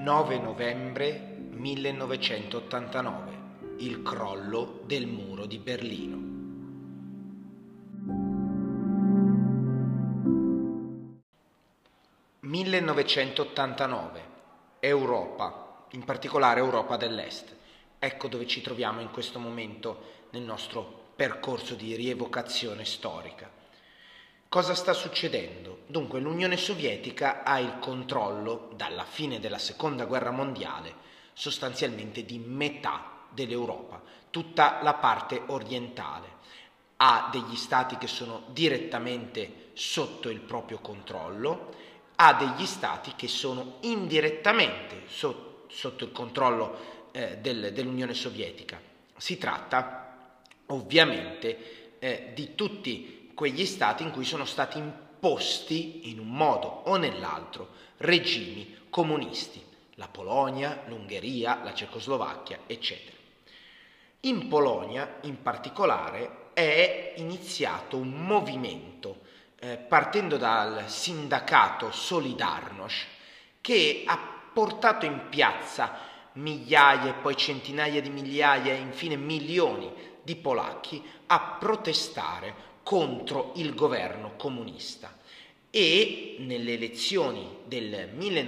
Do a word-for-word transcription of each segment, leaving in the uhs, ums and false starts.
nove novembre millenovecentottantanove, il crollo del muro di Berlino. millenovecentottantanove, Europa, in particolare Europa dell'Est. Ecco dove ci troviamo in questo momento nel nostro percorso di rievocazione storica. Cosa sta succedendo? Dunque, l'Unione Sovietica ha il controllo, dalla fine della Seconda Guerra Mondiale, sostanzialmente di metà dell'Europa, tutta la parte orientale. Ha degli stati che sono direttamente sotto il proprio controllo, ha degli stati che sono indirettamente so- sotto il controllo eh, del, dell'Unione Sovietica. Si tratta ovviamente eh, di tutti quegli stati in cui sono stati imposti in un modo o nell'altro regimi comunisti, la Polonia, l'Ungheria, la Cecoslovacchia, eccetera. In Polonia, in particolare, è iniziato un movimento eh, partendo dal sindacato Solidarność che ha portato in piazza migliaia e poi centinaia di migliaia e infine milioni di polacchi a protestare contro il governo comunista, e nelle elezioni del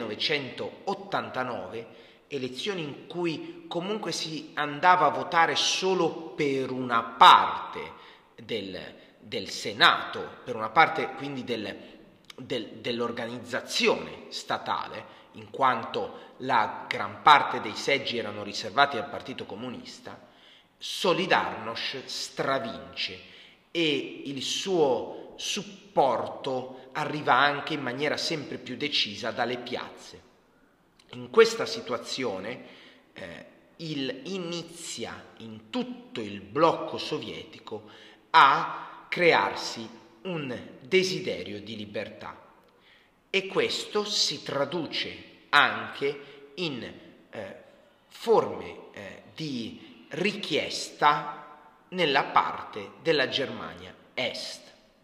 millenovecentottantanove, elezioni in cui comunque si andava a votare solo per una parte del, del Senato, per una parte quindi del, del, dell'organizzazione statale, in quanto la gran parte dei seggi erano riservati al Partito Comunista, Solidarność stravince e il suo supporto arriva anche in maniera sempre più decisa dalle piazze. In questa situazione eh, il, inizia in tutto il blocco sovietico a crearsi un desiderio di libertà, e questo si traduce anche in eh, forme eh, di richiesta nella parte della Germania Est.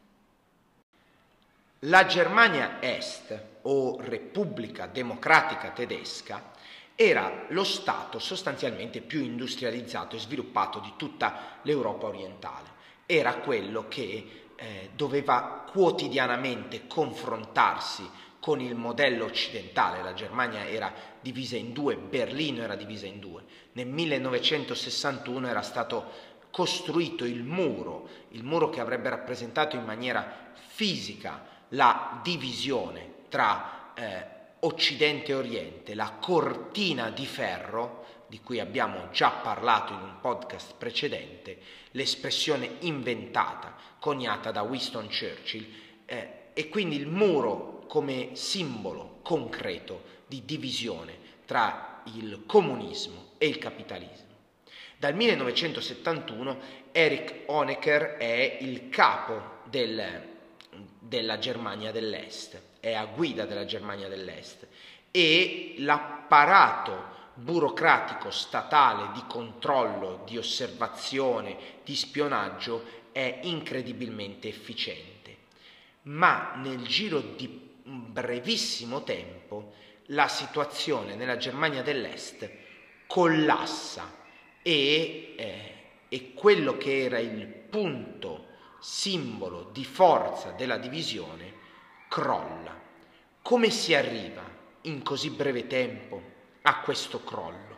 La Germania Est, o Repubblica Democratica Tedesca, era lo stato sostanzialmente più industrializzato e sviluppato di tutta l'Europa orientale. Era quello che eh, doveva quotidianamente confrontarsi con il modello occidentale. La Germania era divisa in due, Berlino era divisa in due. Nel millenovecentosessantuno era stato costruito il muro, il muro che avrebbe rappresentato in maniera fisica la divisione tra eh, Occidente e Oriente, la cortina di ferro, di cui abbiamo già parlato in un podcast precedente, l'espressione inventata, coniata da Winston Churchill, eh, e quindi il muro come simbolo concreto di divisione tra il comunismo e il capitalismo. Dal millenovecentosettantuno Erich Honecker è il capo del, della Germania dell'Est, è a guida della Germania dell'Est, e l'apparato burocratico statale di controllo, di osservazione, di spionaggio è incredibilmente efficiente. Ma nel giro di un brevissimo tempo la situazione nella Germania dell'Est collassa e, eh, e quello che era il punto simbolo di forza della divisione crolla. Come si arriva in così breve tempo a questo crollo?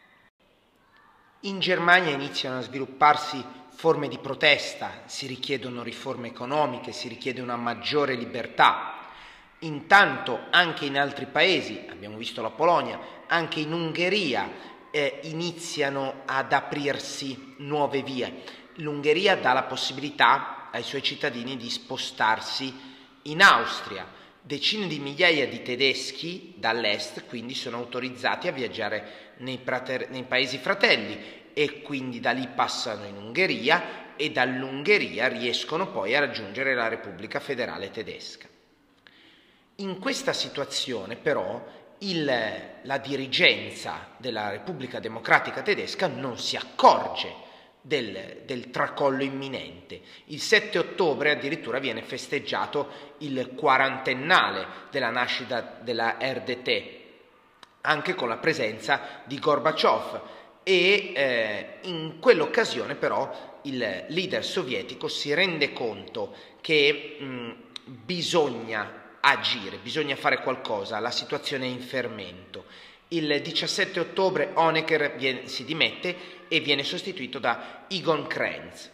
In Germania iniziano a svilupparsi forme di protesta, si richiedono riforme economiche, si richiede una maggiore libertà. Intanto anche in altri paesi, abbiamo visto la Polonia, anche in Ungheria, Eh, iniziano ad aprirsi nuove vie. L'Ungheria dà la possibilità ai suoi cittadini di spostarsi in Austria. Decine di migliaia di tedeschi dall'est quindi sono autorizzati a viaggiare nei, prater- nei paesi fratelli, e quindi da lì passano in Ungheria, e dall'Ungheria riescono poi a raggiungere la Repubblica Federale Tedesca. In questa situazione però Il, la dirigenza della Repubblica Democratica Tedesca non si accorge del, del tracollo imminente. Il sette ottobre addirittura viene festeggiato il quarantennale della nascita della R D T anche con la presenza di Gorbaciov e eh, in quell'occasione però il leader sovietico si rende conto che mh, bisogna agire, bisogna fare qualcosa, la situazione è in fermento. Il diciassette ottobre Honecker viene, si dimette e viene sostituito da Egon Krenz.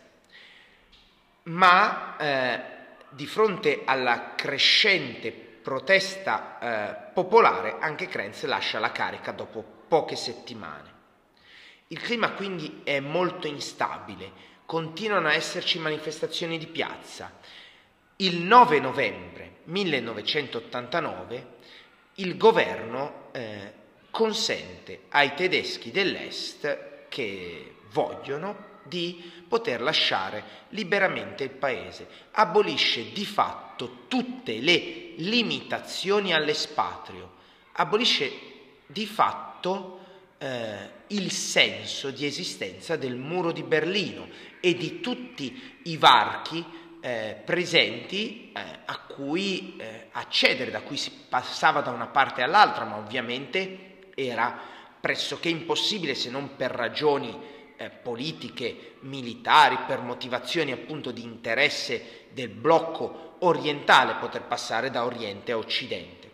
Ma eh, di fronte alla crescente protesta eh, popolare, anche Krenz lascia la carica dopo poche settimane. Il clima quindi è molto instabile, continuano a esserci manifestazioni di piazza. Il nove novembre millenovecentottantanove il governo eh, consente ai tedeschi dell'Est che vogliono di poter lasciare liberamente il paese, abolisce di fatto tutte le limitazioni all'espatrio, abolisce di fatto eh, il senso di esistenza del muro di Berlino e di tutti i varchi eh, presenti eh, a cui eh, accedere, da cui si passava da una parte all'altra, ma ovviamente era pressoché impossibile, se non per ragioni eh, politiche, militari, per motivazioni appunto di interesse del blocco orientale, poter passare da Oriente a Occidente.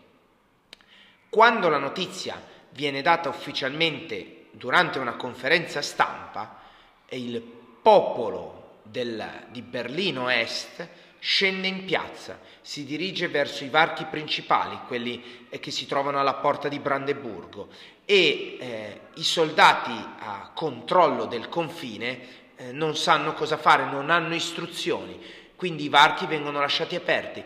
Quando la notizia viene data ufficialmente durante una conferenza stampa, il popolo del, di Berlino Est scende in piazza, si dirige verso i varchi principali, quelli eh, che si trovano alla porta di Brandeburgo, e eh, i soldati a controllo del confine eh, non sanno cosa fare, non hanno istruzioni, quindi i varchi vengono lasciati aperti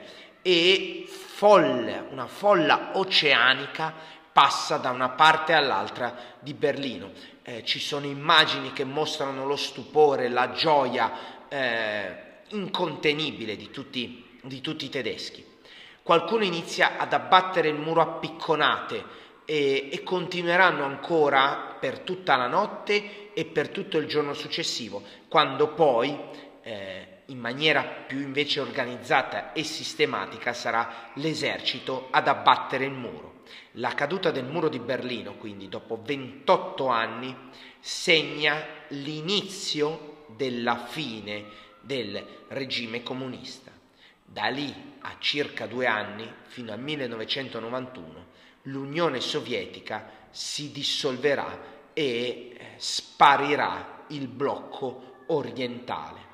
e folla, una folla oceanica passa da una parte all'altra di Berlino. Eh, ci sono immagini che mostrano lo stupore, la gioia eh, incontenibile di tutti, di tutti i tedeschi. Qualcuno inizia ad abbattere il muro a picconate e, e continueranno ancora per tutta la notte e per tutto il giorno successivo, quando poi eh, in maniera più invece organizzata e sistematica sarà l'esercito ad abbattere il muro. La caduta del muro di Berlino, quindi dopo ventotto anni, segna l'inizio della fine del regime comunista. Da lì a circa due anni, fino al millenovecentonovantuno, l'Unione Sovietica si dissolverà e sparirà il blocco orientale.